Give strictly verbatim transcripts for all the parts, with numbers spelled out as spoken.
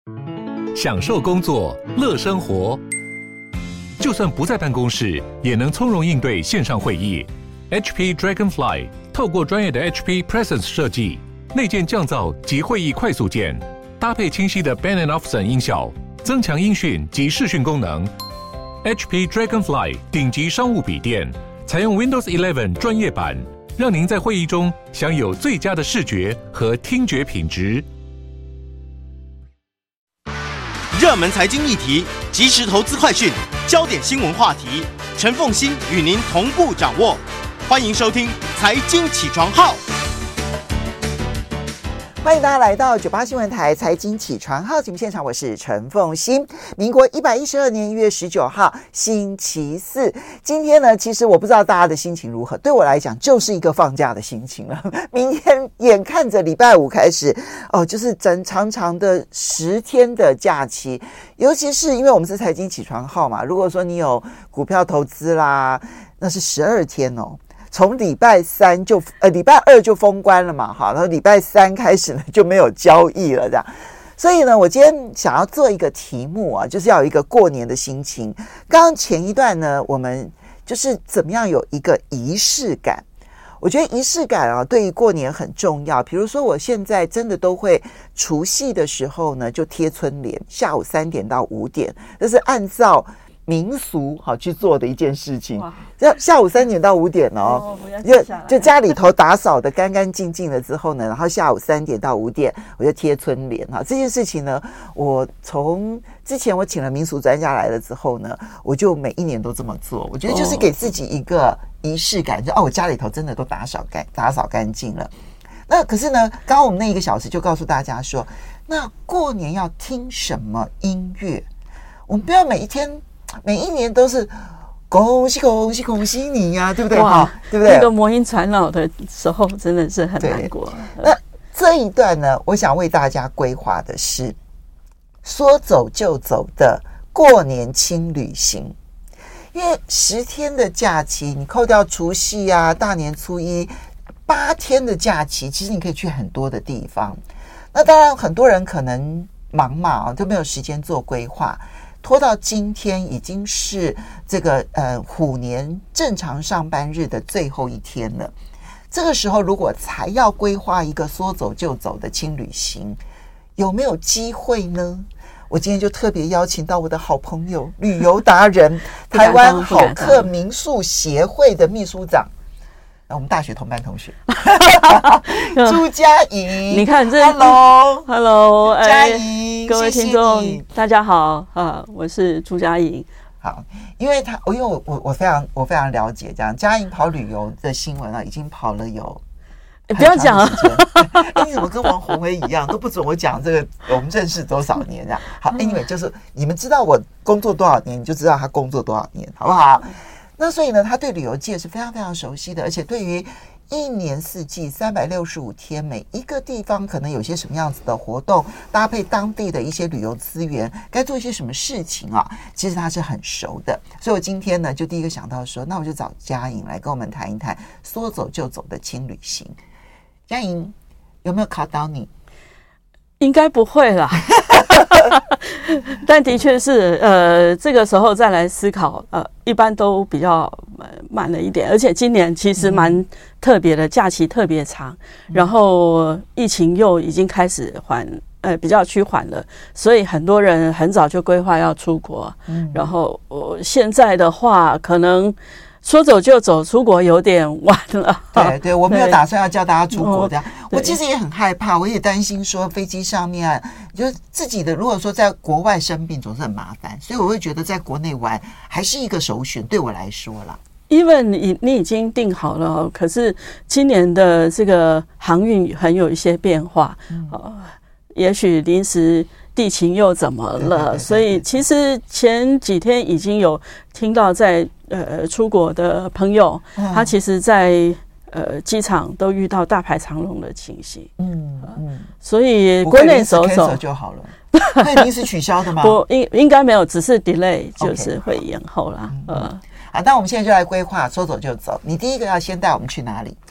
享受工作，乐生活。就算不在办公室，也能从容应对线上会议。H P Dragonfly 透过专业的 H P Presence 设计，内建降噪及会议快速键，搭配清晰的 Bang and Olufsen 音效，增强音讯及视讯功能。H P Dragonfly 顶级商务笔电，采用 Windows 十一专业版，让您在会议中享有最佳的视觉和听觉品质。 热门财经议题、即时投资快讯、焦点新闻话题，陈凤馨与您同步掌握。欢迎收听《财经起床号》。 欢迎大家来到九八新闻台财经起床号节目现场，我是陈凤馨。民国一百一十二年一月十九号星期四，今天呢，其实我不知道大家的心情如何，对我来讲就是一个放假的心情了。明天眼看着礼拜五开始，哦，就是整长长的十天的假期，尤其是因为我们是财经起床号嘛，如果说你有股票投资啦，那是十二天哦。从礼拜三就呃礼拜二就封关了嘛，好，然后礼拜三开始呢就没有交易了这样。所以呢，我今天想要做一个题目啊，就是要有一个过年的心情。刚刚前一段呢，我们就是怎么样有一个仪式感。我觉得仪式感啊，对于过年很重要。比如说，我现在真的都会除夕的时候呢，就贴春联，下午三点到五点，这是按照民俗好去做的一件事情。要下午三点到五点哦，哦就就家里头打扫的干干净净了之后呢，然后下午三点到五点我就贴春联哈。这件事情呢，我从之前我请了民俗专家来了之后呢，我就每一年都这么做。我觉得就是给自己一个仪式感，就哦，我家里头真的都打扫干打扫干净了。那可是呢，刚刚我们那一个小时就告诉大家说，那过年要听什么音乐？我们不要每一天。每一年都是恭喜恭喜恭喜你呀、啊，对不对？哇，对不对？ 那个魔音传脑的时候真的是很难过。 那这一段呢，我想为大家规划的是说走就走的过年轻旅行。因为十天的假期，你扣掉除夕啊、大年初一，八天的假期，其实你可以去很多的地方。那当然，很多人可能忙嘛，就没有时间做规划。拖到今天已经是这个呃虎年正常上班日的最后一天了。这个时候如果才要规划一个说走就走的轻旅行，有没有机会呢？我今天就特别邀请到我的好朋友旅游达人台湾好客民宿协会的秘书长，我们大学同班同学朱佳莹。 你看这 Hello Hello 佳莹、 哎、各位听众大家好啊，我是朱佳莹。 好，因为他因为我我我非常我非常了解这样佳莹跑旅游的新闻啊，已经跑了有欸、不要讲了、 欸、你怎么跟王宏威一样都不准我讲这个我们认识多少年这样。好 anyway 就是你们知道我工作多少年，你就知道他工作多少年，好不好？那所以呢，他对旅游界是非常非常熟悉的，而且对于一年四季三百六十五天每一个地方可能有些什么样子的活动，搭配当地的一些旅游资源，该做一些什么事情啊，其实他是很熟的。所以我今天呢就第一个想到说，那我就找佳莹来跟我们谈一谈说走就走的轻旅行。佳莹有没有考到你？ 应该不会啦但的确是呃这个时候再来思考，呃一般都比较慢了一点，而且今年其实蛮特别的，假期特别长，然后疫情又已经开始缓呃比较趋缓了，所以很多人很早就规划要出国，嗯、然后我、呃、现在的话可能说走就走，出国有点晚了。 对对，我没有打算要叫大家出国这样。我其实也很害怕，我也担心说飞机上面啊，就是自己的如果说在国外生病总是很麻烦，所以我会觉得在国内玩还是一个首选，对我来说啦。 Even 你你已经定好了，可是今年的这个航运很有一些变化，嗯呃、也许临时地勤又怎么了？对对对对对，所以其实前几天已经有听到在呃出国的朋友，嗯、他其实在呃机场都遇到大排长龙的情形。嗯嗯，所以国内走走就好了。那已经是取消的吗？ 不，应应该没有，只是 delay， 就是会延后啦。 Okay, 呃，好，那我们现在就来规划，说走就走。你第一个要先带我们去哪里？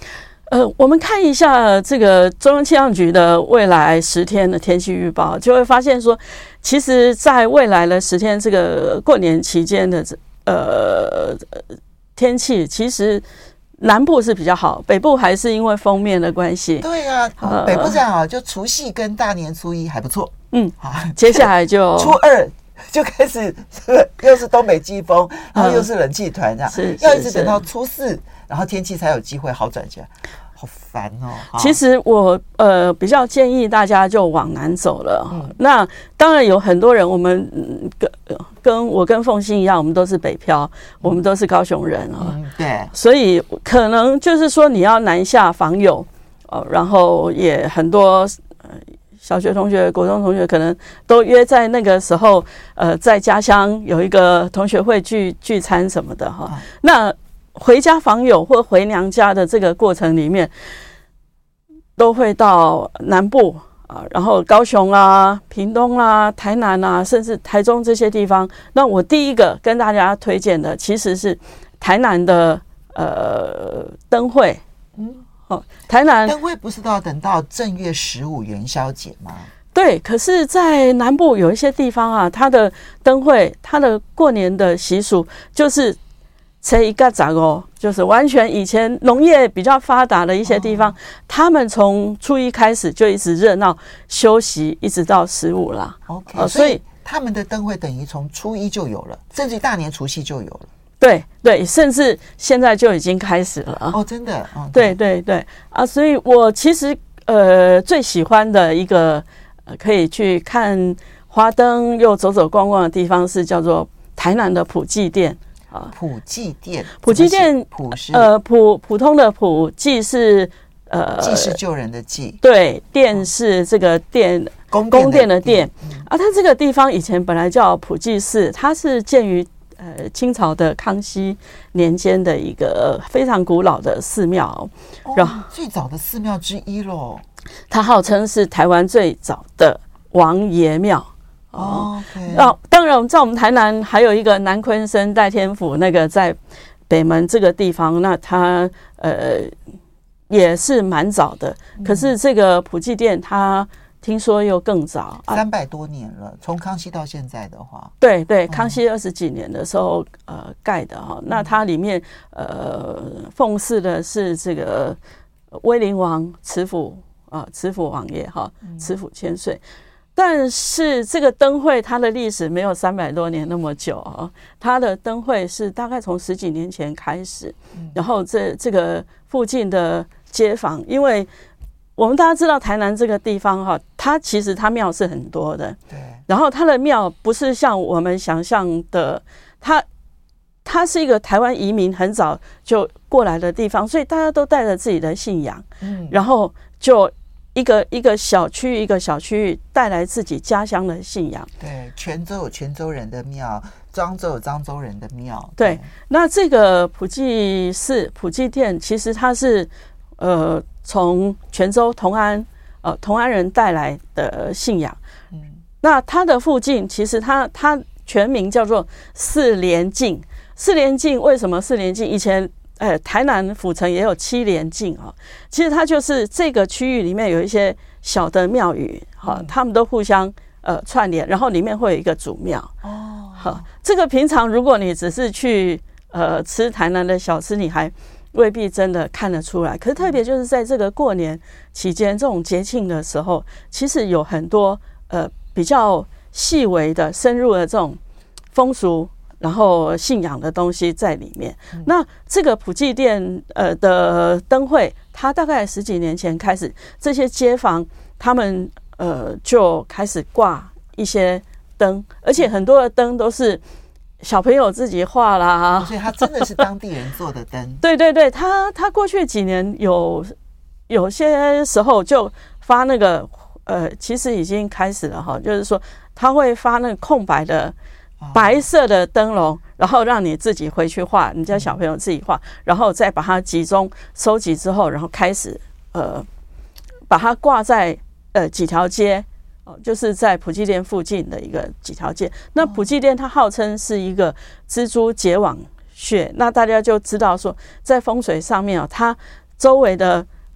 呃，我们看一下这个中央气象局的未来十天的天气预报，就会发现说，其实在未来的十天这个过年期间的呃天气，其实南部是比较好，北部还是因为锋面的关系。 对啊，呃、北部这样啊，就除夕跟大年初一还不错。嗯，好， 接下来就初二就开始又是东北季风，然后又是冷气团这样，嗯、要一直等到初四，然后天气才有机会好转起来。好烦哦！ 其实我呃比较建议大家就往南走了。嗯、那当然有很多人，我们跟跟我跟凤馨一样，我们都是北漂，嗯、我们都是高雄人啊。 嗯，对。 所以可能就是说你要南下访友，呃，然后也很多呃小学同学、国中同学可能都约在那个时候，呃，在家乡有一个同学会聚聚餐什么的哈。嗯、那回家访友或回娘家的这个过程里面，都会到南部啊，然后高雄啊、屏东啊、台南啊，甚至台中这些地方。那我第一个跟大家推荐的其实是台南的呃灯会。嗯，哦，台南灯会不是都要等到正月十五元宵节吗？ 对，可是，在南部有一些地方啊，它的灯会，它的过年的习俗就是初一到十五，就是完全以前农业比较发达的一些地方，哦、他们从初一开始就一直热闹休息，一直到十五啦。 OK，呃、所以他们的灯会等于从初一就有了，甚至大年除夕就有了。 对对，甚至现在就已经开始了。 哦，真的？哦、 对对对啊，所以我其实呃最喜欢的一个呃可以去看花灯又走走逛逛的地方是叫做台南的普济殿。 啊，普济殿， 普济殿， 普是呃普普通的普，济是呃济是救人的济， 对，殿是这个殿宫殿的殿、嗯、啊。它这个地方以前本来叫普济寺，它是建于呃清朝的康熙年间的一个非常古老的寺庙， 哦、然后最早的寺庙之一咯。 它号称是台湾最早的王爷庙。 哦， 那、okay. 当然，在我们台南还有一个南鯤鯓代天府，那个在北门这个地方，那它呃也是蛮早的。嗯、可是这个普济殿，它听说又更早， 三百多年了，从康熙到现在的话， 对对，康熙二十几年的时候、嗯、呃盖的哈。那它里面呃奉祀的是这个威灵王慈禧啊，慈禧王爷哈，慈禧千岁。但是这个灯会它的历史没有三百多年那么久啊，它的灯会是大概从十几年前开始，然后这这个附近的街坊，因为我们大家知道台南这个地方哈，它其实它庙是很多的， 对， 然后它的庙不是像我们想象的，它它是一个台湾移民很早就过来的地方，所以大家都带着自己的信仰，嗯，然后就。一个一个小区一个小区域带来自己家乡的信仰。 对，泉州有泉州人的庙，漳州有漳州人的庙。 对，对那这个普济寺、普济殿，其实它是呃从泉州同安呃同安人带来的信仰。嗯，那它的附近其实它它全名叫做四连境。四连境为什么四连境？以前。呃，台南府城也有七连境啊，其实它就是这个区域里面有一些小的庙宇，哈、嗯，他们都互相呃串联，然后里面会有一个主庙哦。好，这个平常如果你只是去呃吃台南的小吃，你还未必真的看得出来。可是特别就是在这个过年期间，这种节庆的时候，其实有很多呃比较细微的、深入的这种风俗。然后信仰的东西在里面。嗯、那这个普济殿呃的灯会，它大概十几年前开始，这些街坊他们呃就开始挂一些灯，而且很多的灯都是小朋友自己画啦， 哦、所以它真的是当地人做的灯。 对对对，他他过去几年有有些时候就发那个呃，其实已经开始了哈，就是说他会发那个空白的。白色的灯笼，然后让你自己回去画，你家小朋友自己画，然后再把它集中收集之后，然后开始呃把它挂在呃几条街哦、呃，就是在普济殿附近的一个几条街。那普济殿它号称是一个蜘蛛结网穴，那大家就知道说，在风水上面哦，它周围的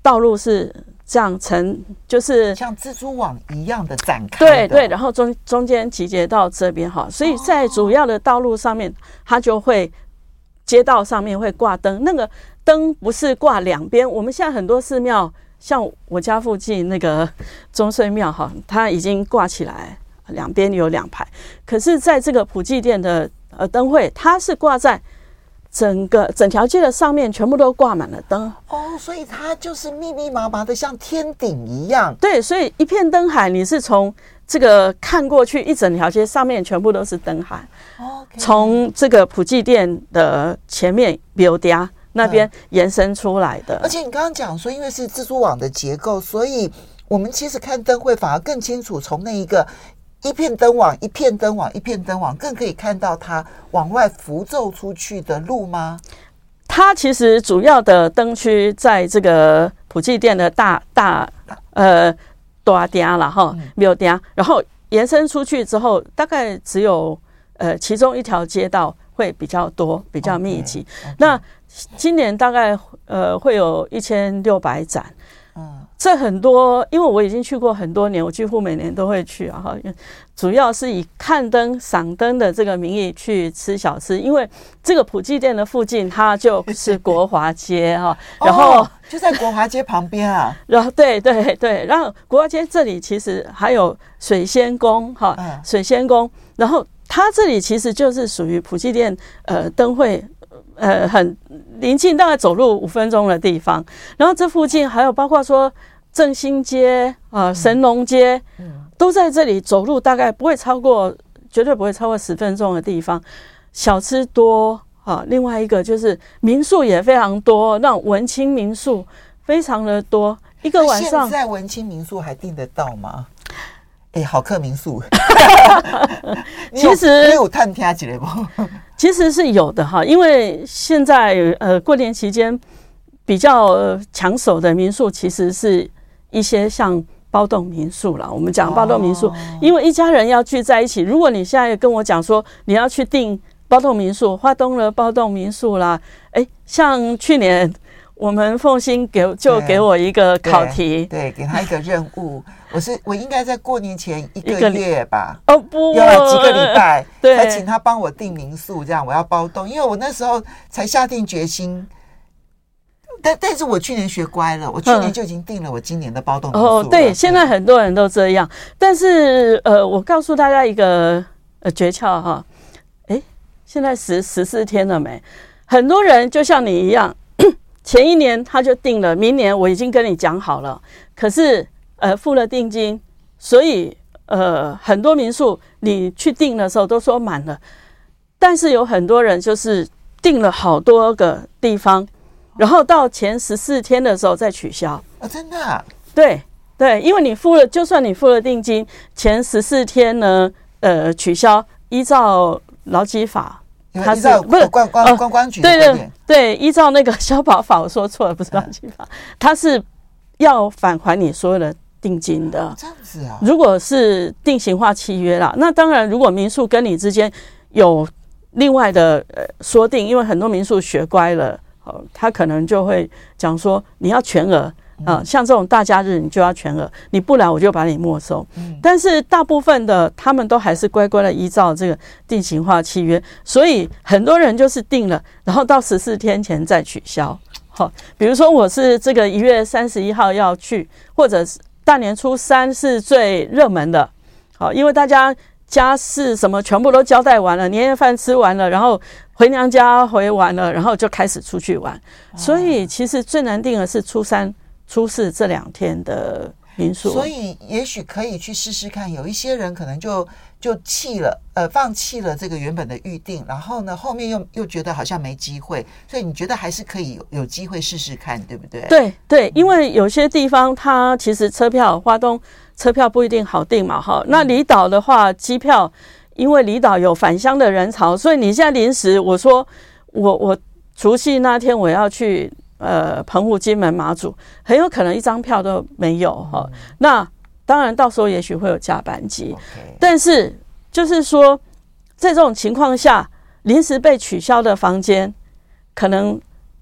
道路是这样成，就是像蜘蛛网一样的展开的。 对对，然后中中间集结到这边哈，所以在主要的道路上面，它就会街道上面会挂灯，那个灯不是挂两边，我们现在很多寺庙，像我家附近那个中顺庙哈，它已经挂起来，两边有两排，可是在这个普济殿的呃灯会，它是挂在整个整条街的上面，全部都挂满了灯哦，所以它就是密密麻麻的，像天顶一样。 对，所以一片灯海，你是从这个看过去，一整条街上面全部都是灯海。 Okay. 从这个普济殿的前面标嗲那边延伸出来的。 嗯、而且你刚刚讲说，因为是蜘蛛网的结构，所以我们其实看灯会反而更清楚，从那一个。一片灯网，一片灯网，一片灯网，更可以看到它往外浮奏出去的路吗？ 它其实主要的灯区在这个普济殿的大大呃大嗲了哈，没有嗲，然后延伸出去之后，大概只有呃其中一条街道会比较多，比较密集。Okay, okay. 那今年大概呃会有一千六百盏。嗯，这很多，因为我已经去过很多年，我几乎每年都会去啊。主要是以看灯、赏灯的这个名义去吃小吃，因为这个普济殿的附近，它就是国华街哈，然后、 哦、就在国华街旁边啊。 然后对对对，然后国华街这里其实还有水仙宫哈，嗯、水仙宫，然后它这里其实就是属于普济殿呃灯会。呃，很临近，大概走路五分钟的地方。然后这附近还有包括说正兴街啊、呃、神农街，都在这里走路大概不会超过，绝对不会超过十分钟的地方。小吃多啊，另外一个就是民宿也非常多，那种文青民宿非常的多。一个晚上， 现在文青民宿还订得到吗？哎、欸，好客民宿， 其实你有探听起来不？ 其实是有的哈，因为现在呃过年期间比较抢手的民宿，其实是一些像包栋民宿啦。我们讲包栋民宿，哦、因为一家人要聚在一起。如果你现在跟我讲说你要去订包栋民宿，花东的包栋民宿啦，哎，像去年我们凤馨给就给我一个考题， 对，对，给他一个任务。我是我应该在过年前一个月吧， 哦不， 有了几个礼拜， 对， 才请他帮我订民宿，这样我要包栋，因为我那时候才下定决心。但但是我去年学乖了，我去年就已经订了我今年的包栋民宿了。哦， 对，现在很多人都这样。但是呃，我告诉大家一个呃诀窍哈，哎，现在十十四天了没？很多人就像你一样，前一年他就订了，明年我已经跟你讲好了，可是。呃，付了定金，所以呃，很多民宿你去订的时候都说满了，但是有很多人就是订了好多个地方，然后到前十四天的时候再取消。 哦，真的、啊？ 对对，因为你付了，就算你付了定金，前十四天呢，呃，取消，依照劳基法。 它是不是观光观光局的？ 对对对，依照那个消保法，我说错了，不是劳基法，它是要返还你所有的。定金的这样子啊， 如果是定型化契约啦，那当然，如果民宿跟你之间有另外的呃说定，因为很多民宿学乖了，哦，他可能就会讲说你要全额啊、呃，像这种大假日你就要全额，你不来我就把你没收。嗯、但是大部分的他们都还是乖乖的依照这个定型化契约，所以很多人就是定了，然后到十四天前再取消。好、哦，比如说我是这个一月三十一号要去，或者是。大年初三是最热门的，好，因为大家家事什么全部都交代完了，年夜饭吃完了，然后回娘家回完了，然后就开始出去玩。哦、所以其实最难定的是初三、初四这两天的民宿。 所以也许可以去试试看，有一些人可能就就弃了，呃，放弃了这个原本的预定，然后呢，后面又又觉得好像没机会，所以你觉得还是可以有有机会试试看，对不对？ 对对，因为有些地方它其实车票，花东车票不一定好订嘛，哈。那离岛的话，机票因为离岛有返乡的人潮，所以你现在临时我说我我除夕那天我要去呃澎湖、金门、马祖，很有可能一张票都没有哈。嗯、那当然，到时候也许会有加班机， okay. 但是就是说，在这种情况下，临时被取消的房间，可能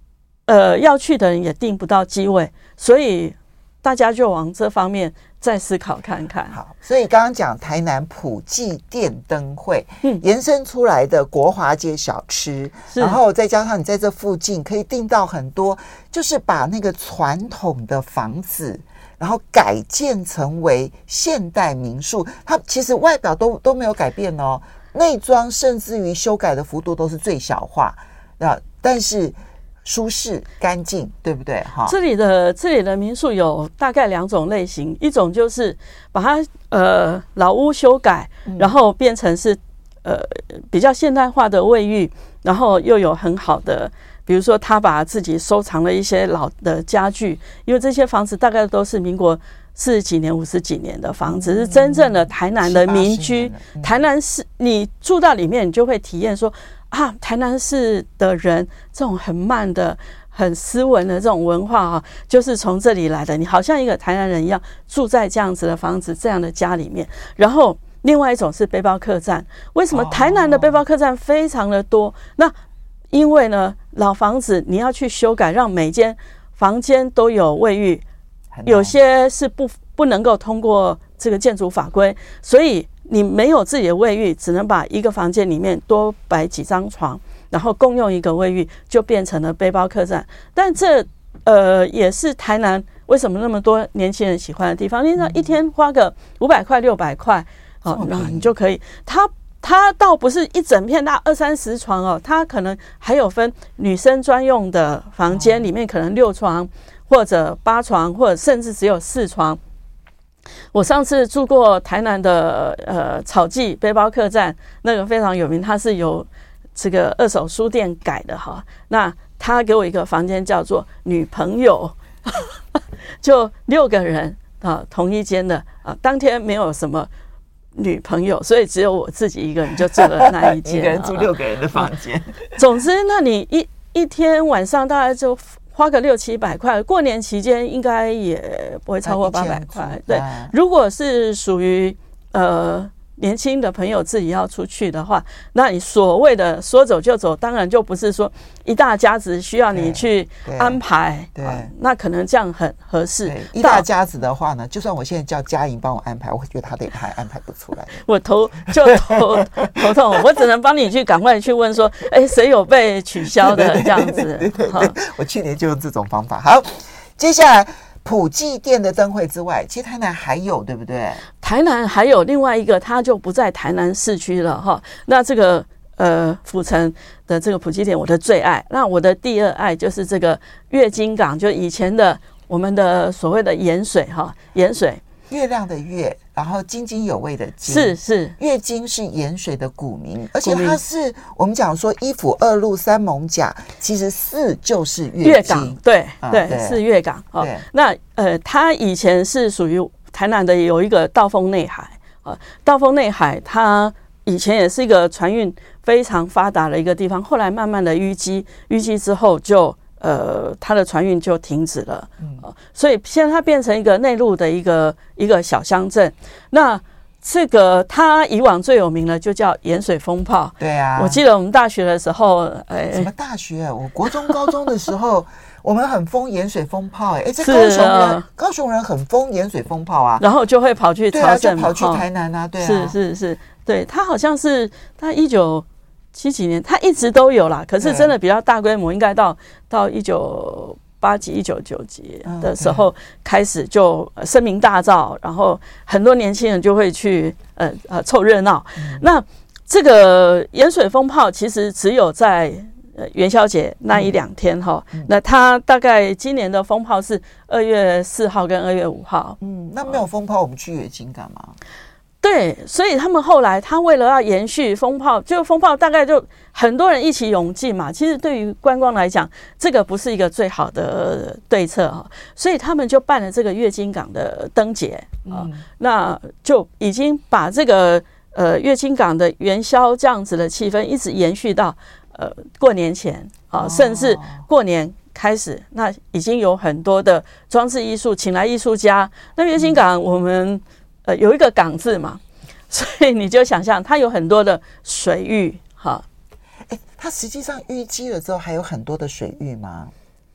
呃要去的人也订不到机位，所以大家就往这方面再思考看看。 好，所以刚刚讲台南普济电灯会， 嗯， 延伸出来的国华街小吃，然后再加上你在这附近可以订到很多，就是把那个传统的房子，然后改建成为现代民宿，它其实外表都都没有改变哦，内装甚至于修改的幅度都是最小化，那但是舒适干净，对不对？哈， 这里的这里的民宿有大概两种类型，一种就是把它呃老屋修改，然后变成是呃比较现代化的卫浴，然后又有很好的，比如说他把自己收藏了一些老的家具，因为这些房子大概都是民国四十几年、五十几年的房子，是真正的台南的民居。台南市你住到里面，你就会体验说。啊，台南市的人这种很慢的、很斯文的这种文化啊，就是从这里来的。你好像一个台南人一样，住在这样子的房子、这样的家里面。然后，另外一种是背包客栈。为什么台南的背包客栈非常的多？哦、那因为呢，老房子你要去修改，让每间房间都有卫浴，有些是不不能够通过这个建筑法规，所以。你没有自己的卫浴，只能把一个房间里面多摆几张床，然后共用一个卫浴，就变成了背包客栈。但这呃也是台南为什么那么多年轻人喜欢的地方。你知道一天花个五百块、六百块，哦，那你就可以。它它倒不是一整片大二三十床哦，它可能还有分女生专用的房间，里面可能六床或者八床，或者甚至只有四床。我上次住过台南的呃草记背包客栈，那个非常有名，它是由这个二手书店改的哈。那他给我一个房间叫做女朋友，就六个人啊，同一间的啊。当天没有什么女朋友，所以只有我自己一个人就住了那一间， 一个人住六个人的房间。 总之，那你一一天晚上大概就。花个六七百块，过年期间应该也不会超过八百块。对，如果是属于呃年轻的朋友自己要出去的话，那你所谓的说走就走，当然就不是说一大家子需要你去安排，对，对啊、那可能这样很合适。 一大家子的话呢，就算我现在叫嘉莹帮我安排，我会觉得他得还安排不出来。 我头就头头痛，我只能帮你去赶快去问说，哎，谁有被取消的这样子？对对对对对，我去年就用这种方法。好，接下来。普济电的灯会之外，其实台南还有，对不对？ 台南还有另外一个，它就不在台南市区了哈。那这个呃府城的这个普济电，我的最爱。那我的第二爱就是这个月经港，就以前的我们的所谓的盐水哈，盐水。 月亮的月，然后津津有味的津， 是是， 月经是盐水的古名，而且它是我们讲说一府二路三艋甲，其实四就是月经， 对、啊、对，对是月港哦。那呃，它以前是属于台南的有一个道丰内海啊，道丰内海它以前也是一个船运非常发达的一个地方，后来慢慢的淤积，淤积之后就。呃，它的船运就停止了，嗯呃、所以现在它变成一个内陆的一个一个小乡镇。那这个它以往最有名的就叫盐水风炮， 对啊， 我记得我们大学的时候，哎， 什么大学？我国中、高中的时候，我们很疯盐水风炮、欸，哎，哎，这高雄人、啊，高雄人很疯盐水风炮啊， 然后就会跑去朝圣， 对啊，就跑去台南啊，对啊， 是是是，对，他好像是他一九。七几年，它一直都有啦，可是真的比较大规模，应该到到一九八几、一九九几的时候开始就声名大噪，然后很多年轻人就会去呃呃凑热闹。嗯、那这个盐水风炮其实只有在呃元宵节那一两天哈，嗯、那它大概今年的风炮是二月四号跟二月五号。 嗯，那没有风炮，我们去月经干嘛？ 对，所以他们后来，他为了要延续风炮，就风炮大概就很多人一起涌进嘛。其实对于观光来讲，这个不是一个最好的对策哈，所以他们就办了这个月经港的灯节啊，嗯、那就已经把这个呃月经港的元宵这样子的气氛一直延续到呃过年前啊，甚至过年开始，那已经有很多的装置艺术，请来艺术家。那月经港我们。呃，有一个港字嘛，所以你就想象它有很多的水域哈。 哎，它实际上淤积了之后还有很多的水域吗？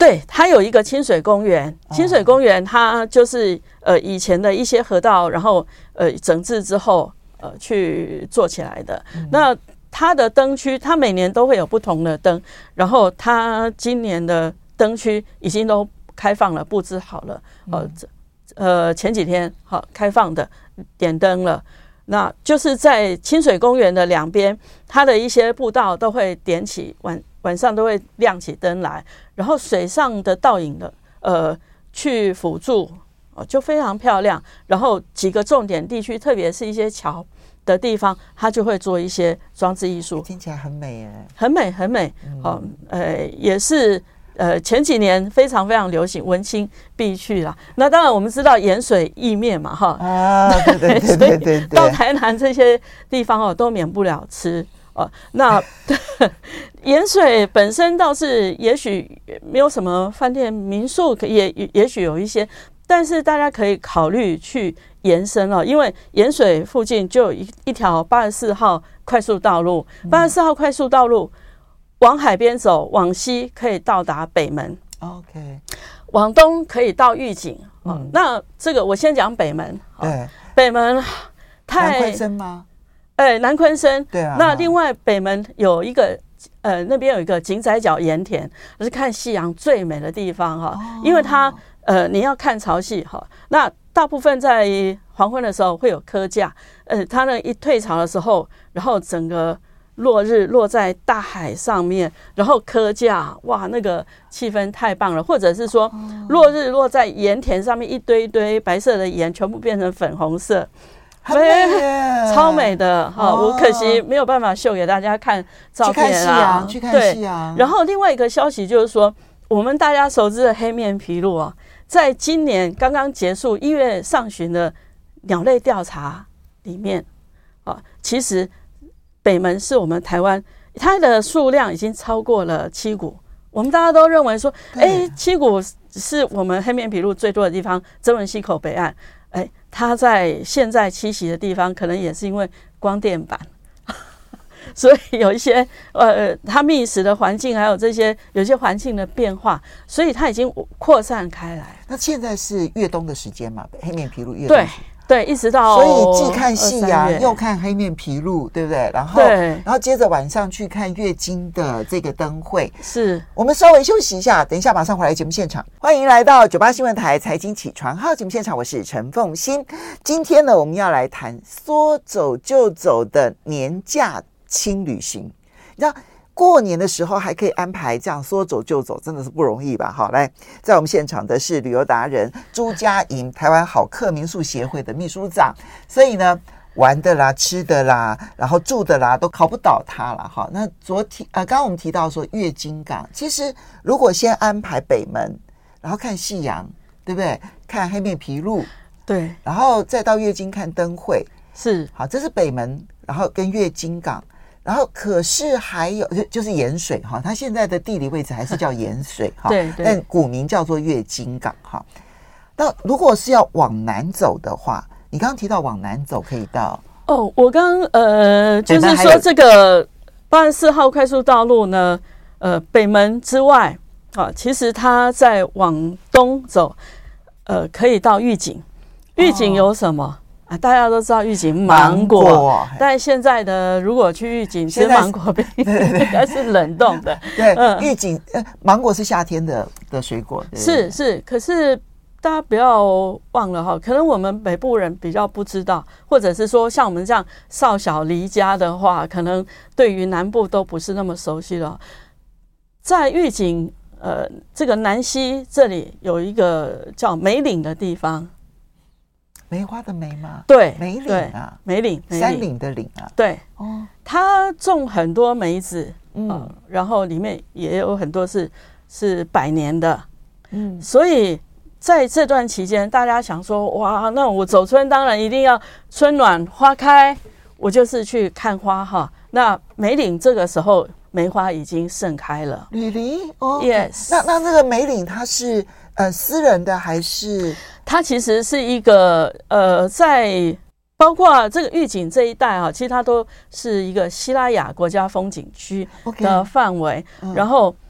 对，它有一个清水公园，清水公园它就是呃以前的一些河道，然后呃整治之后呃去做起来的。嗯、那它的灯区，它每年都会有不同的灯，然后它今年的灯区已经都开放了，布置好了，呃呃前几天好开放的点灯了。那就是在清水公园的两边，它的一些步道都会点起晚晚上都会亮起灯来，然后水上的倒影的呃去辅助，就非常漂亮。然后几个重点地区，特别是一些桥的地方，它就会做一些装置艺术， 听起来很美哎， 很美很美。哦，呃，也是。呃，前几年非常非常流行，文青必去啦。那当然我们知道盐水意面嘛，哈啊，对对对对对对， 到台南这些地方哦，都免不了吃哦。那盐水本身倒是也许没有什么饭店民宿，也也许有一些，但是大家可以考虑去延伸哦，因为盐水附近就有一一条八十四号快速道路，八十四号快速道路。往海边走，往西可以到达北门 ，OK， 往东可以到玉井。嗯，哦、那这个我先讲北门。 对， 北门太南鯤鯓吗？ 哎、欸，南鯤鯓。 对啊。 那另外北门有一个，呃，那边有一个井仔角盐田，是看夕阳最美的地方哈、哦。因为它呃，你要看潮汐哈。那大部分在黄昏的时候会有科架，呃，它呢一退潮的时候，然后整个。落日落在大海上面，然后科架，哇，那个气氛太棒了。或者是说，落日落在盐田上面，一堆一堆白色的盐，全部变成粉红色， 很美耶， 超美的哈。我、哦、可惜没有办法秀给大家看照片啊， 去看夕阳。 然后另外一个消息就是说，我们大家熟知的黑面琵鹭啊，在今年刚刚结束一月上旬的鸟类调查里面啊，其实。北门是我们台湾，它的数量已经超过了七股。我们大家都认为说，哎，七股是我们黑面琵鹭最多的地方，曾文溪口北岸。哎，它在现在栖息的地方，可能也是因为光电板，所以有一些呃，它觅食的环境，还有这些有些环境的变化，所以它已经扩散开来。 那现在是越冬的时间嘛？黑面琵鹭越冬。 对。对，一直到所以既看夕阳又看黑面琵鹭，对不对？然后，然后接着晚上去看月经的这个灯会。 是， 我们稍微休息一下，等一下马上回来节目现场。欢迎来到九八新闻台财经起床号节目现场，我是陈凤馨。今天呢，我们要来谈说走就走的年假轻旅行。你知道？过年的时候还可以安排这样说走就走，真的是不容易吧？好，来，在我们现场的是旅游达人朱佳莹，台湾好客民宿协会的秘书长，所以呢，玩的啦、吃的啦，然后住的啦，都考不倒他了。哈，那昨天呃，刚刚我们提到说月经港，其实如果先安排北门，然后看夕阳，对不对？看黑面琵鹭， 对， 然后再到月经看灯会， 是好，这是北门，然后跟月经港。然后可是还有就就是盐水哈，它现在的地理位置还是叫盐水哈， 对对， 但古名叫做月经港哈。那如果是要往南走的话，你刚刚提到往南走可以到哦，我刚呃就是说这个八十四号快速道路呢，呃北门之外啊，其实它在往东走，呃可以到玉井，玉井有什么？哦啊、大家都知道玉井芒果，芒果但现在的如果去玉井吃芒果冰，应该是冷冻的。 对，嗯、玉井、呃、芒果是夏天的的水果，对对是是。可是大家不要忘了哈，可能我们北部人比较不知道，或者是说像我们这样少小离家的话，可能对于南部都不是那么熟悉了。在玉井呃这个南溪这里有一个叫梅岭的地方。 梅花的梅吗？ 对， 梅岭啊， 梅岭， 山岭的岭啊。 对，哦，它种很多梅子，嗯、呃，然后里面也有很多是是百年的，嗯，所以在这段期间，大家想说，哇，那我走春当然一定要春暖花开，我就是去看花哈。那梅岭这个时候梅花已经盛开了， 李黎哦 ，yes， 那那那个梅岭它是呃私人的还是？ 它其实是一个呃，在包括这个玉井这一带啊，其实它都是一个西拉雅国家风景区的范围。Okay. 然后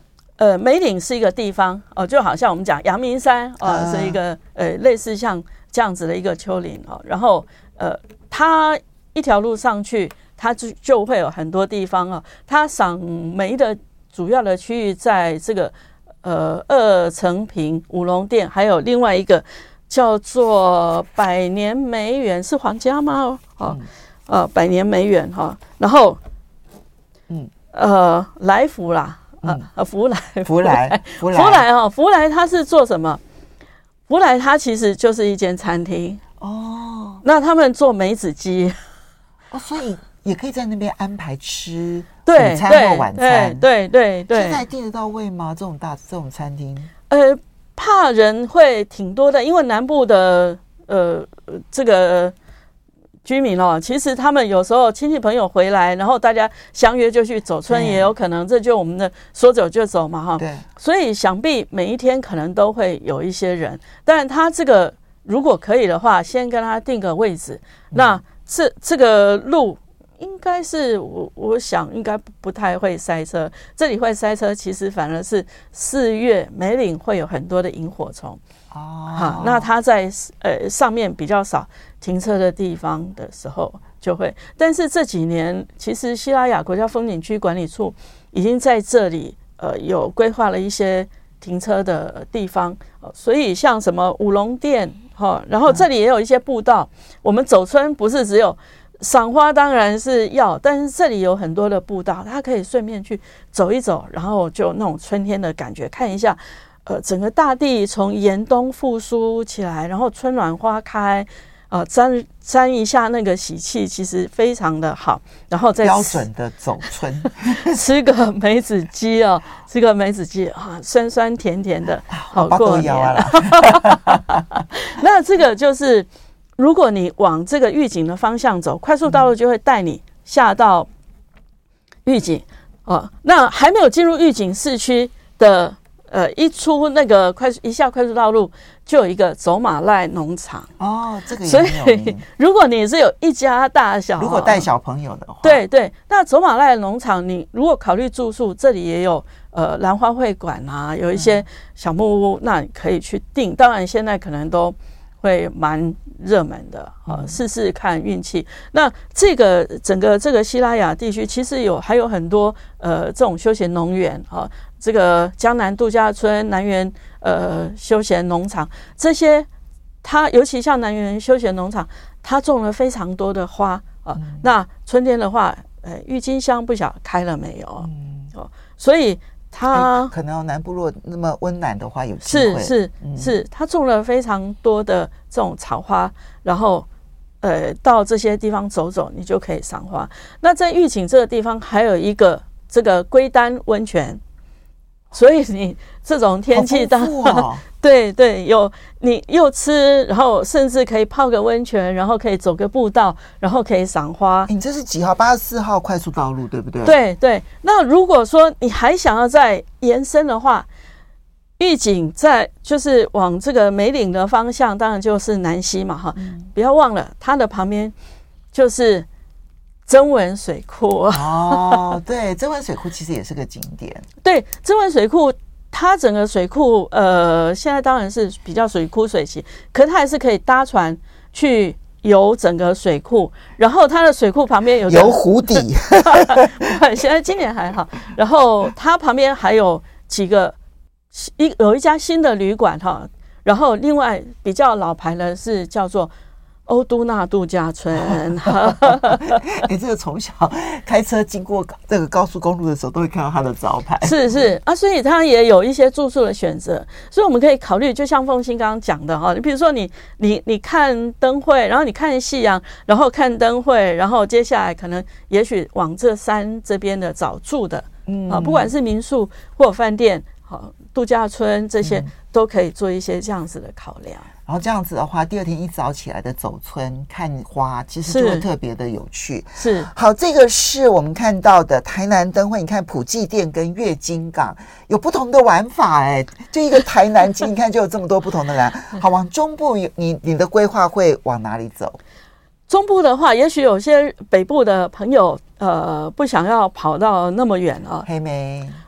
呃，梅岭是一个地方哦，就好像我们讲阳明山啊、呃，是一个呃类似像这样子的一个丘陵哦。然后呃，它一条路上去，它就就会有很多地方哦。它赏梅的主要的区域在这个呃二层坪、五龙殿，还有另外一个叫做百年梅园，是皇家吗？哦，嗯、呃，百年梅园哈、哦。然后，嗯，呃，来福啦。啊，福来， 福来， 福来，福来哦，福来它是做什么？福来它其实就是一间餐厅哦。那他们做梅子鸡哦，所以也可以在那边安排吃午餐或晚餐。 对对对， 现在订得到位吗？这种大这种餐厅？ 呃，怕人会挺多的，因为南部的呃这个。居民哦，其实他们有时候亲戚朋友回来，然后大家相约就去走村，也有可能，这就我们的说走就走嘛哈。对，所以想必每一天可能都会有一些人，但他这个如果可以的话，先跟他定个位置。嗯、那这这个路应该是我我想应该不太会塞车，这里会塞车，其实反而是四月梅岭会有很多的萤火虫。哦，好，那它在呃上面比较少停车的地方的时候就会，但是这几年其实希拉雅国家风景区管理处已经在这里呃有规划了一些停车的地方，呃、所以像什么五龙殿哈、哦，然后这里也有一些步道，嗯、我们走村不是只有赏花当然是要，但是这里有很多的步道，它可以顺便去走一走，然后就那种春天的感觉，看一下。呃，整个大地从严冬复苏起来，然后春暖花开，呃，沾沾一下那个喜气，其实非常的好。然后再标准的走春， 吃个梅子鸡哦，吃个梅子鸡啊，酸酸甜甜的，好过年了。那这个就是，如果你往这个玉井的方向走，快速道路就会带你下到玉井哦。那还没有进入玉井市区的。呃，一出那个快速一下快速道路，就有一个走马赖农场哦，这个也很有名。 所以，如果你是有一家大小， 如果带小朋友的话， 对对，那走马赖农场，你如果考虑住宿，这里也有呃兰花会馆啊，有一些小木屋，嗯、那你可以去订。当然，现在可能都会蛮热门的啊，嗯、试试看运气。那这个整个这个希拉雅地区，其实有还有很多呃这种休闲农园啊。这个江南度假村、南园呃休闲农场这些，它尤其像南园休闲农场，它种了非常多的花啊。嗯、那春天的话，呃，郁金香不晓得开了没有？嗯、哦，所以它、 欸、可能南部如果那么温暖的话，有机会是是、嗯、是，它种了非常多的这种草花，然后呃到这些地方走走，你就可以赏花。那在玉井这个地方，还有一个这个龟丹温泉。所以你这种天气当哦、 对对，有你又吃，然后甚至可以泡个温泉，然后可以走个步道，然后可以赏花。 你这是几号？八十四号快速道路，对不对？ 对对。那如果说你还想要再延伸的话，玉井在就是往这个梅岭的方向，当然就是南溪嘛，哈、嗯，不要忘了它的旁边就是曾文水库哦，对，曾文水库其实也是个景点。 对，曾文水库，它整个水库，呃，现在当然是比较水枯水期，可是它还是可以搭船去游整个水库，然后它的水库旁边有游湖底， 现在今年还好。然后它旁边还有几个一有一家新的旅馆哈，然后另外比较老牌的是叫做欧都纳度假村。 哎，这个从小开车经过这个高速公路的时候，都会看到它的招牌。 是是啊，所以它也有一些住宿的选择，所以我们可以考虑，就像凤馨刚刚讲的哈，你比如说你你你看灯会，然后你看夕阳，然后看灯会，然后接下来可能也许往这山这边的找住的，嗯啊，不管是民宿或饭店，好度假村这些、嗯、都可以做一些这样子的考量。 然后这样子的话，第二天一早起来的走村看花，其实就会特别的有趣。 是， 好，这个是我们看到的台南灯会。你看普济殿跟月津港有不同的玩法、欸，哎，就一个台南街，你看就有这么多不同的蓝。好，往中部，你你的规划会往哪里走？ 中部的话，也许有些北部的朋友，呃，不想要跑到那么远啊。 黑梅，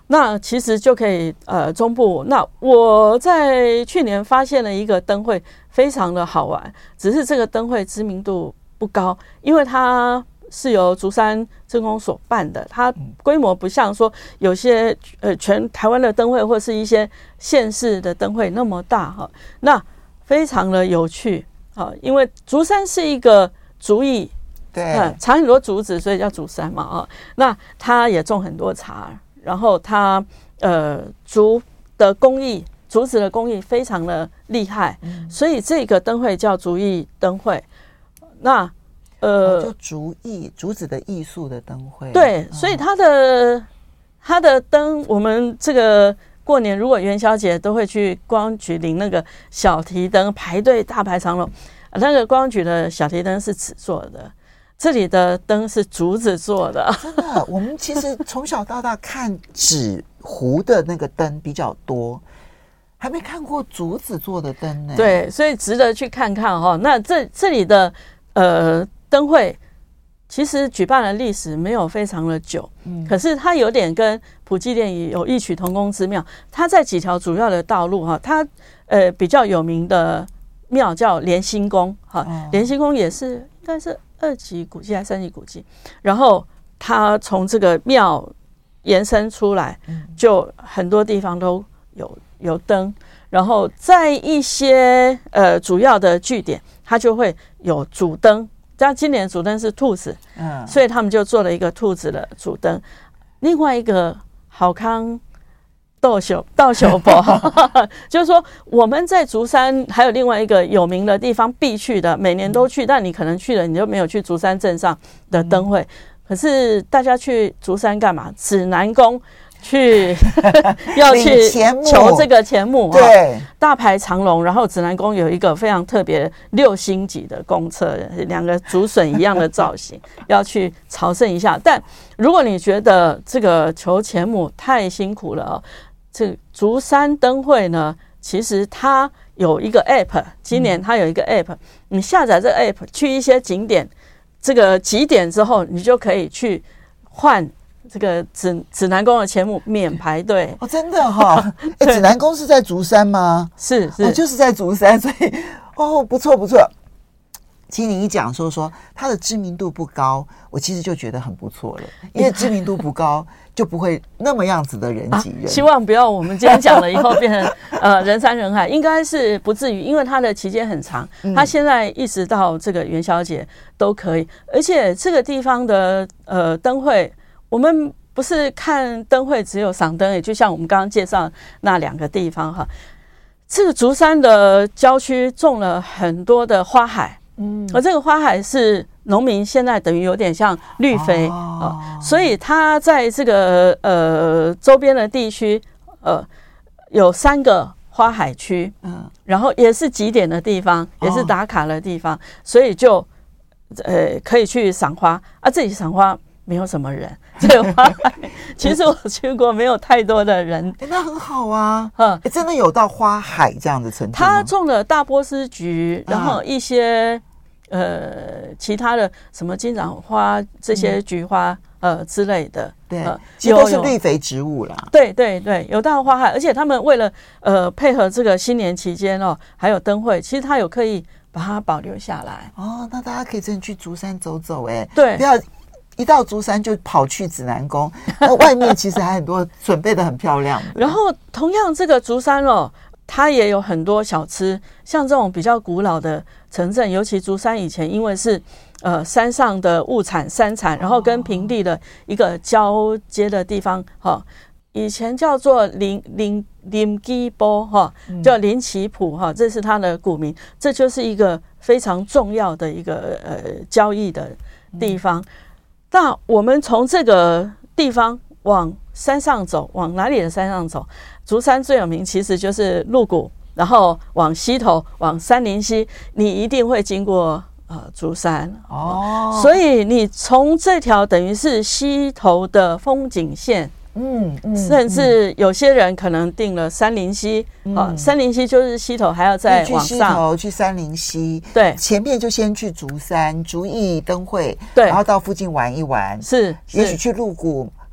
那其实就可以呃中部。那我在去年发现了一个灯会，非常的好玩，只是这个灯会知名度不高，因为它是由竹山镇公所办的，它规模不像说有些呃全台湾的灯会或是一些县市的灯会那么大哈。那非常的有趣啊，因为竹山是一个竹艺， 对， 嗯，产很多竹子，所以叫竹山嘛啊。那它也种很多茶，然后它呃竹的工艺，竹子的工艺非常的厉害，嗯、所以这个灯会叫竹艺灯会。那呃， 就竹艺，竹子的艺术的灯会。 对， 嗯、 所以它的它的灯，我们这个过年如果元宵节都会去观光局领那个小提灯，排队大排长龙。那个观光局的小提灯是纸做的，这里的灯是竹子做的。 真的，我们其实从小到大看纸糊的那个灯比较多，还没看过竹子做的灯呢。 对，所以值得去看看哈、哦。那这这里的呃。灯会其实举办的历史没有非常的久，嗯，可是它有点跟普济殿有异曲同工之妙。它在几条主要的道路哈，它呃比较有名的庙叫莲心宫哈，莲心宫也是应该是二级古迹还是三级古迹。然后它从这个庙延伸出来，就很多地方都有有灯，然后在一些呃主要的据点，它就会有主灯。像今年主灯是兔子，嗯，所以他们就做了一个兔子的主灯。另外一个好康斗秀斗秀博，就是说我们在竹山还有另外一个有名的地方必去的，每年都去，但你可能去了，你就没有去竹山镇上的灯会。嗯、可是大家去竹山干嘛？指南宫。去要去求这个钱目， 对， 大排长龙。然后指南宫有一个非常特别六星级的公车，两个竹笋一样的造型，要去朝圣一下。但如果你觉得这个求钱目太辛苦了，这竹山灯会呢，其实它有一个 app， 今年它有一个 app， 你下载这个 app 去一些景点，这个几点之后，你就可以去换。这个指指南宫的钱目免排队哦，真的哈、哦！哎，指南宫是在竹山吗？ 是是、 哦，就是在竹山，所以哦，不错不错。其实你一讲说说它的知名度不高，我其实就觉得很不错了，因为知名度不高，就不会那么样子的人挤人。啊、 希望不要我们今天讲了以后变成呃人山人海，应该是不至于，因为它的期间很长，它现在一直到这个元宵节都可以，而且这个地方的呃灯会。我们不是看灯会只有赏灯，也就像我们刚刚介绍那两个地方哈。这个竹山的郊区种了很多的花海，嗯，而这个花海是农民现在等于有点像绿肥啊、哦呃，所以它在这个呃周边的地区，呃，有三个花海区，嗯，然后也是集点的地方，也是打卡的地方，所以就呃可以去赏花啊，这里赏花。没有什么人，这个花海其实我去过，没有太多的人， 欸、那很好啊。嗯、欸，真的有到花海这样的程度。 他种了大波斯菊，然后一些、啊、呃其他的什么金盏花这些菊花、嗯、呃之类的， 对，呃、其实都是绿肥植物啦。 对对对，有到花海，而且他们为了呃配合这个新年期间哦，还有灯会，其实他有刻意把它保留下来。 哦，那大家可以真的去竹山走走、欸，哎， 对， 不要。一到竹山就跑去指南宫，那外面其实还很多准备的很漂亮。 然后同样这个竹山哦，它也有很多小吃，像这种比较古老的城镇，尤其竹山以前因为是呃山上的物产山产，然后跟平地的一个交接的地方哈、哦，以前叫做林林林基波哈，叫林奇浦哈，这是它的古名，这就是一个非常重要的一个呃交易的地方。嗯，那我们从这个地方往山上走，往哪里的山上走？竹山最有名其实就是鹿谷，然后往西头，往杉林溪，你一定会经过呃竹山哦。所以你从这条等于是西头的风景线。嗯, 嗯，甚至有些人可能定了杉林溪，嗯、啊，杉林溪就是溪头，还要再往上。 去溪头，去杉林溪， 对， 前面就先去竹山竹艺灯会， 对， 然后到附近玩一玩， 是， 也许去鹿谷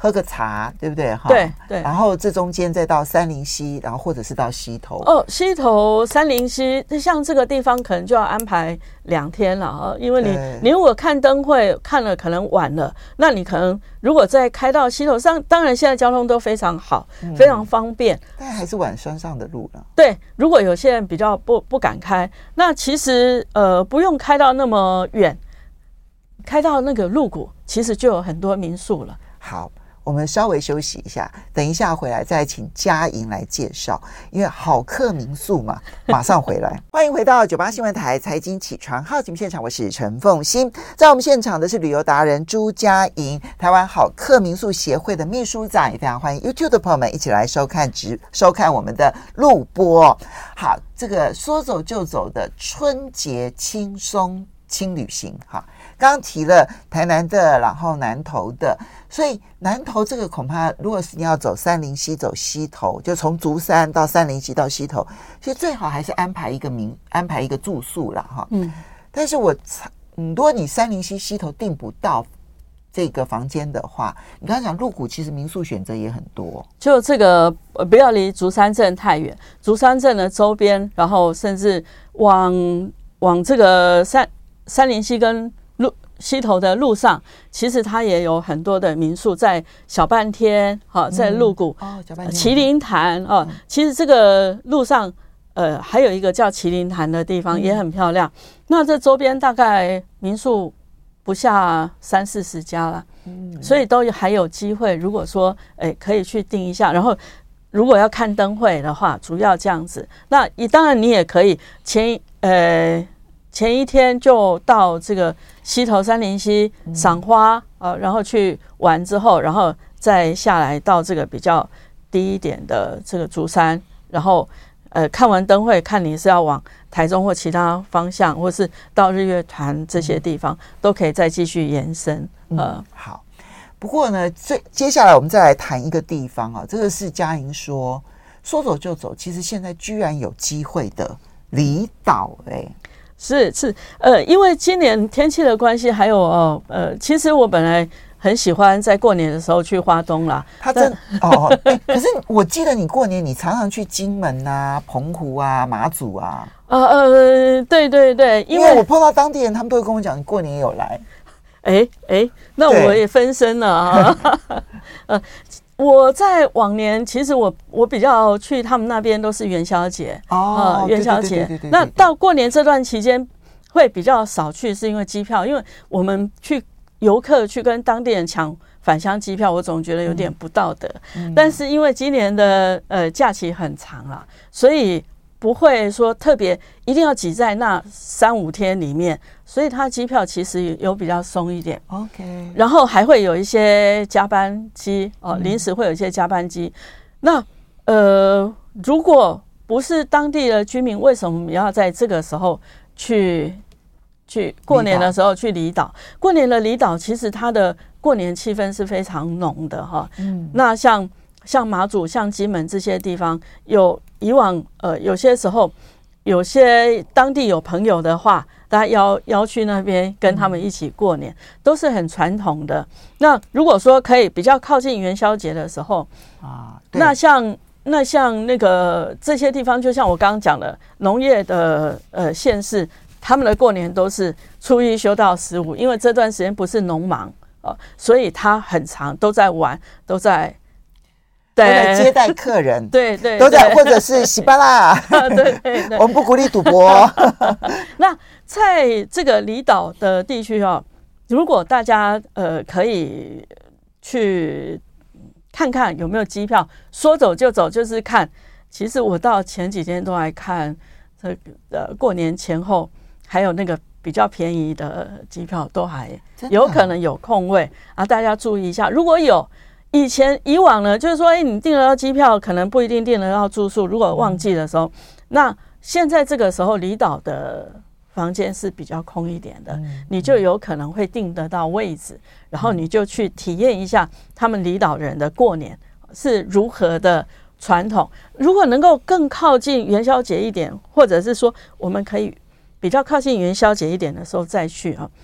喝个茶，对不对？哈， 对对。 然后这中间再到杉林溪，然后或者是到溪头。 哦，溪头、杉林溪，像这个地方可能就要安排两天了啊，因为你你如果看灯会看了可能晚了，那你可能如果再开到溪头上，当然现在交通都非常好，嗯、非常方便， 但还是晚山上的路了。 对，如果有些人比较不不敢开，那其实呃不用开到那么远，开到那个鹿谷，其实就有很多民宿了。 好。我们稍微休息一下，等一下回来再请佳莹来介绍，因为好客民宿嘛，马上回来。欢迎回到九八新闻台财经起床号节目现场，我是陈凤馨，在我们现场的是旅游达人朱佳莹，台湾好客民宿协会的秘书长，也非常欢迎 YouTube 的朋友们一起来收看直收看我们的录播。好，这个说走就走的春节轻松轻旅行，哈，刚刚提了台南的，然后南投的。所以南投这个恐怕，如果是你要走杉林溪走溪头，就从竹山到杉林溪到溪头，其实最好还是安排一个民安排一个住宿啦哈。嗯，但是我嗯，如果你杉林溪溪头订不到这个房间的话，你刚刚讲鹿谷其实民宿选择也很多， 就这个不要离竹山镇太远，竹山镇的周边，然后甚至往往这个杉杉林溪跟溪头的路上，其实它也有很多的民宿，在小半天，哈、哦，在鹿谷、嗯哦、麒麟潭哦、嗯，其实这个路上，呃，还有一个叫麒麟潭的地方、嗯、也很漂亮。那这周边大概民宿不下三四十家了，嗯，所以都还有机会。如果说，哎，可以去订一下，然后如果要看灯会的话，主要这样子。那你当然你也可以前呃。前一天就到这个溪头杉林溪赏花、嗯呃、然后去玩之后，然后再下来到这个比较低一点的这个竹山，然后呃看完灯会，看你是要往台中或其他方向，或是到日月潭这些地方，嗯、都可以再继续延伸。呃， 嗯、好。不过呢，这接下来我们再来谈一个地方啊，这个是佳莹说说走就走，其实现在居然有机会的离岛哎、欸。 是是，呃，因为今年天气的关系，还有哦，呃，其实我本来很喜欢在过年的时候去花东啦。 他真哦、欸，可是我记得你过年你常常去金门啊、澎湖啊、马祖啊。 呃呃，对对对， 因为, 因为我碰到当地人，他们都会跟我讲，你过年也有来。 哎哎，那我也分身了啊。呃。我在往年，其实我我比较去他们那边都是元宵节哦， 呃、元宵节。那到过年这段期间会比较少去，是因为机票，因为我们去游客去跟当地人抢返乡机票，我总觉得有点不道德。嗯、但是因为今年的呃假期很长啦，所以不会说特别一定要挤在那三五天里面，所以它机票其实有比较松一点。 OK， 然后还会有一些加班机哦，临时会有一些加班机。嗯、那呃，如果不是当地的居民，为什么要在这个时候去去过年的时候去离岛？过年的离岛其实它的过年气氛是非常浓的哈。嗯，那像像马祖、像金门这些地方有。以往呃有些时候有些当地有朋友的话，大家邀邀去那边跟他们一起过年，嗯、都是很传统的。那如果说可以比较靠近元宵节的时候啊，那像那像那个这些地方，就像我刚刚讲的农业的呃县市，他们的过年都是初一休到十五，因为这段时间不是农忙哦，所以他很长都在玩，都在。 都在接待客人， 对 对, 对， 都在或者是洗巴啦， 对对对， 我们不鼓励赌博。 那在这个离岛的地区哦，如果大家呃可以去看看有没有机票，说走就走，就是看。其实我到前几天都来看，这个呃过年前后还有那个比较便宜的机票，都还有可能有空位啊，大家注意一下，如果有。以前以往呢，就是说，哎，你订得到机票，可能不一定订得到住宿。如果旺季的时候，嗯、那现在这个时候离岛的房间是比较空一点的，嗯、你就有可能会订得到位置，然后你就去体验一下他们离岛人的过年是如何的传统。如果能够更靠近元宵节一点，或者是说我们可以比较靠近元宵节一点的时候再去啊。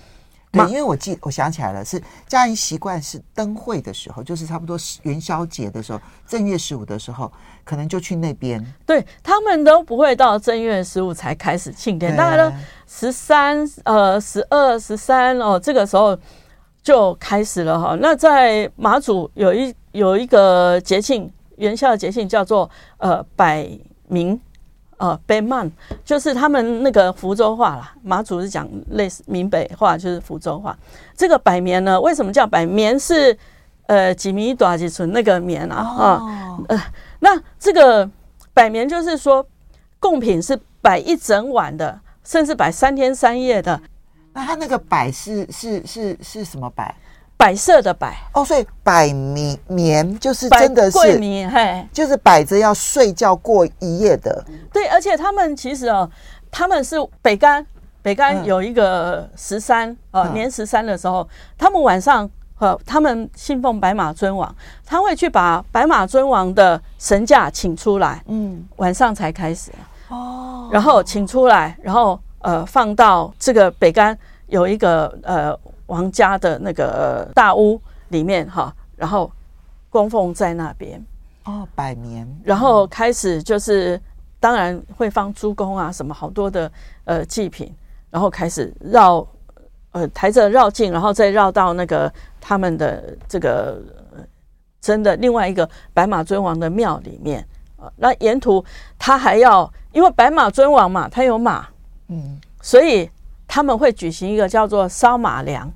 对，因为我记我想起来了，是家人习惯是灯会的时候，就是差不多元宵节的时候，正月十五的时候，可能就去那边。 对，他们都不会到正月十五才开始庆典，大概都十三、呃十二、十三哦，这个时候就开始了哈。那在马祖有一有一个节庆，元宵的节庆叫做呃百名。呃，北曼就是他们那个福州话啦，马祖是讲类似闽北话，就是福州话。这个百棉呢，为什么叫百棉？是呃几米短几寸那个棉啊啊、哦呃，那这个百棉就是说贡品是摆一整晚的，甚至摆三天三夜的。 那它那个摆是是是是什么摆？ 摆设的摆哦，所以摆棉棉就是真的是桂棉，嘿， 就是摆着要睡觉过一夜的。 对，而且他们其实哦，他们是北干，北干有一个十三哦，年十三的时候，他们晚上呃，他们信奉白马尊王，他会去把白马尊王的神驾请出来，嗯，晚上才开始哦，然后请出来，然后呃放到这个北干有一个呃。王家的那个大屋里面哈，然后供奉在那边哦，百年， 然后开始就是当然会放猪公啊什么好多的呃祭品，然后开始绕呃抬着绕境，然后再绕到那个他们的这个真的另外一个白马尊王的庙里面啊，那沿途他还要因为白马尊王嘛，他有马，嗯，所以他们会举行一个叫做烧马粮。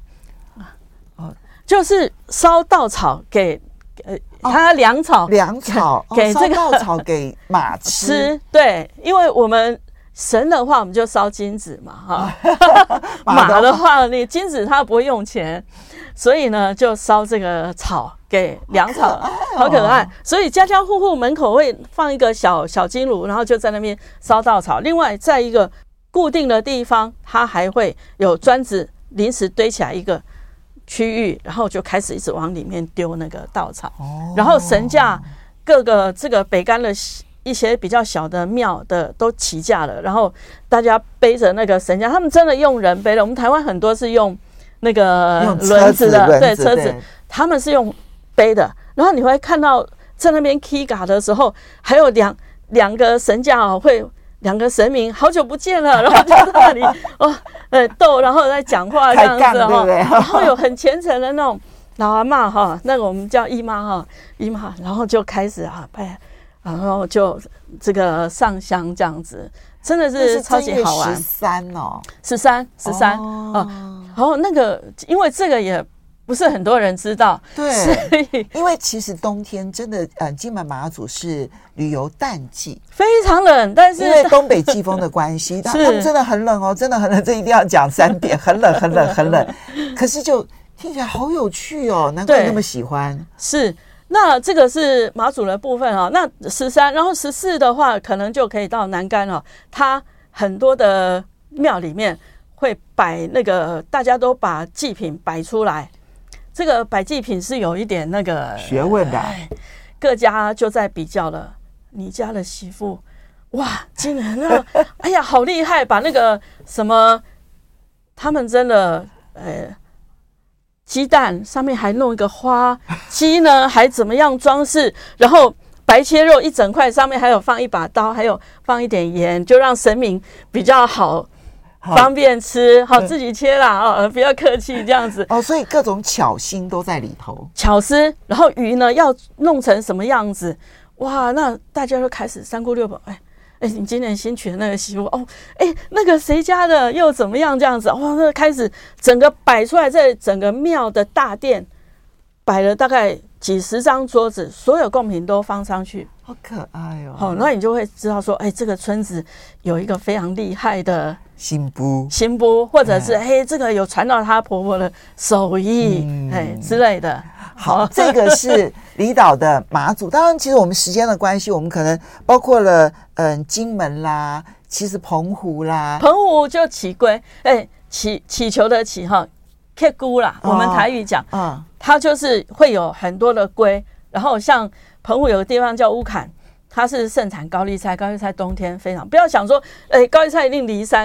就是烧稻草给呃，他粮草粮草给这个烧稻草给马吃， 吃对，因为我们神的话我们就烧金子嘛哈，马的话你金子他不会用钱，所以呢就烧这个草给粮草，好可爱。所以家家户户门口会放一个小小金炉，然后就在那边烧稻草。另外在一个固定的地方，它还会有砖子临时堆起来一个区域，然后就开始一直往里面丢那个稻草，哦、然后神驾各个这个北干的一些比较小的庙的都起驾了，然后大家背着那个神驾，他们真的用人背的。我们台湾很多是用那个轮子的，对车子，他们是用背的。然后你会看到在那边 K 嘎的时候，还有两两个神驾哦会。两个神明好久不见了，然后就在那里哦，呃逗，然后在讲话这样子哈，然后有很虔诚的那种老阿嬷哈，那个我们叫姨妈哈，姨妈，然后就开始啊拜，然后就这个上香这样子，真的是超级好玩。 十三哦， 十三十三哦，然后那个因为这个也。不是很多人知道， 对，因为其实冬天真的，呃，金门马祖是旅游淡季， 非常冷，但是因为东北季风的关系，他们真的很冷哦，真的很冷，这一定要讲三遍，很冷，很冷，很冷。可是就听起来好有趣哦，难怪那么喜欢。 是，那这个是马祖的部分哦。那十三，然后十四的话，可能就可以到南竿哦，它很多的庙里面会摆那个，大家都把祭品摆出来。这个摆祭品是有一点那个学问的、啊， 各家就在比较了。你家的媳妇，哇，今年那个，哎呀，好厉害！把那个什么，他们真的，呃，鸡蛋上面还弄一个花，鸡呢还怎么样装饰，然后白切肉一整块，上面还有放一把刀，还有放一点盐，就让神明比较好。方便吃，好自己切啦，哦，不要客气这样子哦，所以各种巧心都在里头。 巧思，然后鱼呢要弄成什么样子？哇，那大家都开始三姑六婆，哎哎，你今年新娶的那个媳妇哦，哎，那个谁家的又怎么样这样子？哇，那开始整个摆出来，在整个庙的大殿摆了大概几十张桌子，所有贡品都放上去， 好可爱哦。 好，那你就会知道说，哎，这个村子有一个非常厉害的。 新妇新妇，或者是哎，这个有传到她婆婆的手艺，哎、嗯、之类的。 好，这个是离岛的马祖。当然，其实我们时间的关系，我们可能包括了嗯、呃、金门啦，其实澎湖啦， 澎湖就祈龟，哎，祈祈求的祈哈 ，K 姑啦，我们台语讲，嗯、哦，它就是会有很多的龟。然后像澎湖有个地方叫乌坎。它是盛产高丽菜，高丽菜冬天非常不要想说，哎，高丽菜一定离山的，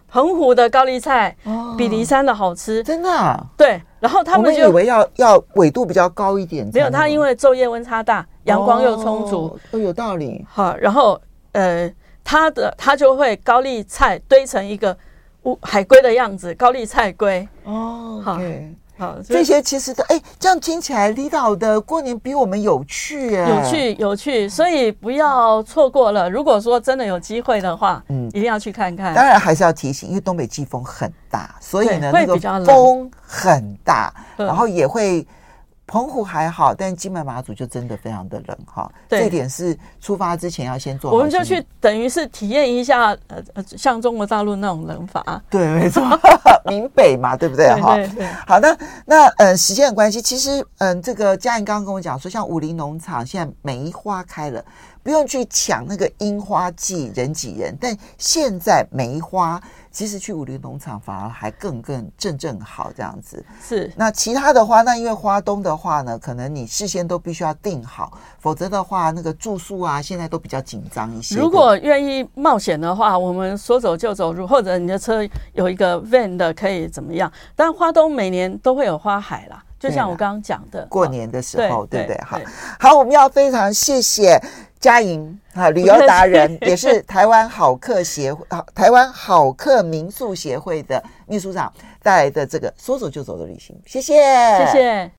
澎湖的高丽菜哦比梨山的好吃， 真的、啊。 对。然后他我们就们以为要要纬度比较高一点， 没有，它因为昼夜温差大，阳光又充足， 哦，都有道理。 好，然后呃，它的它就会高丽菜堆成一个乌海龟的样子，高丽菜龟。 哦， 好 okay 好， 这些其实的，哎，这样听起来离岛的过年比我们有趣耶， 有趣有趣，所以不要错过了。如果说真的有机会的话，嗯，一定要去看看。 当然还是要提醒，因为东北季风很大，所以呢，那个风很大，然后也会。澎湖还好，但金门马祖就真的非常的冷哈。这一点是出发之前要先做好。 我们就去等于是体验一下，呃呃，像中国大陆那种冷法。 对，没错，闽北嘛，对不对？哈， 对对对。 好，那那呃，时间的关系，其实嗯，这个嘉颖刚刚跟我讲说，像武陵农场现在梅花开了，不用去抢那个樱花季人挤人，但现在梅花。其实去武陵农场反而还更更正正好这样子。 是。 那其他的话，那因为花东的话呢，可能你事先都必须要定好，否则的话，那个住宿啊，现在都比较紧张一些。 如果愿意冒险的话，我们说走就走，或者你的车有一个 van 的可以怎么样？但花东每年都会有花海啦，就像我刚刚讲的， 过年的时候，对不对？好，好，我们要非常谢谢嘉颖啊，旅游达人，也是台湾好客协会、台湾好客民宿协会的秘书长带来的这个说走就走的旅行，谢谢， 谢谢。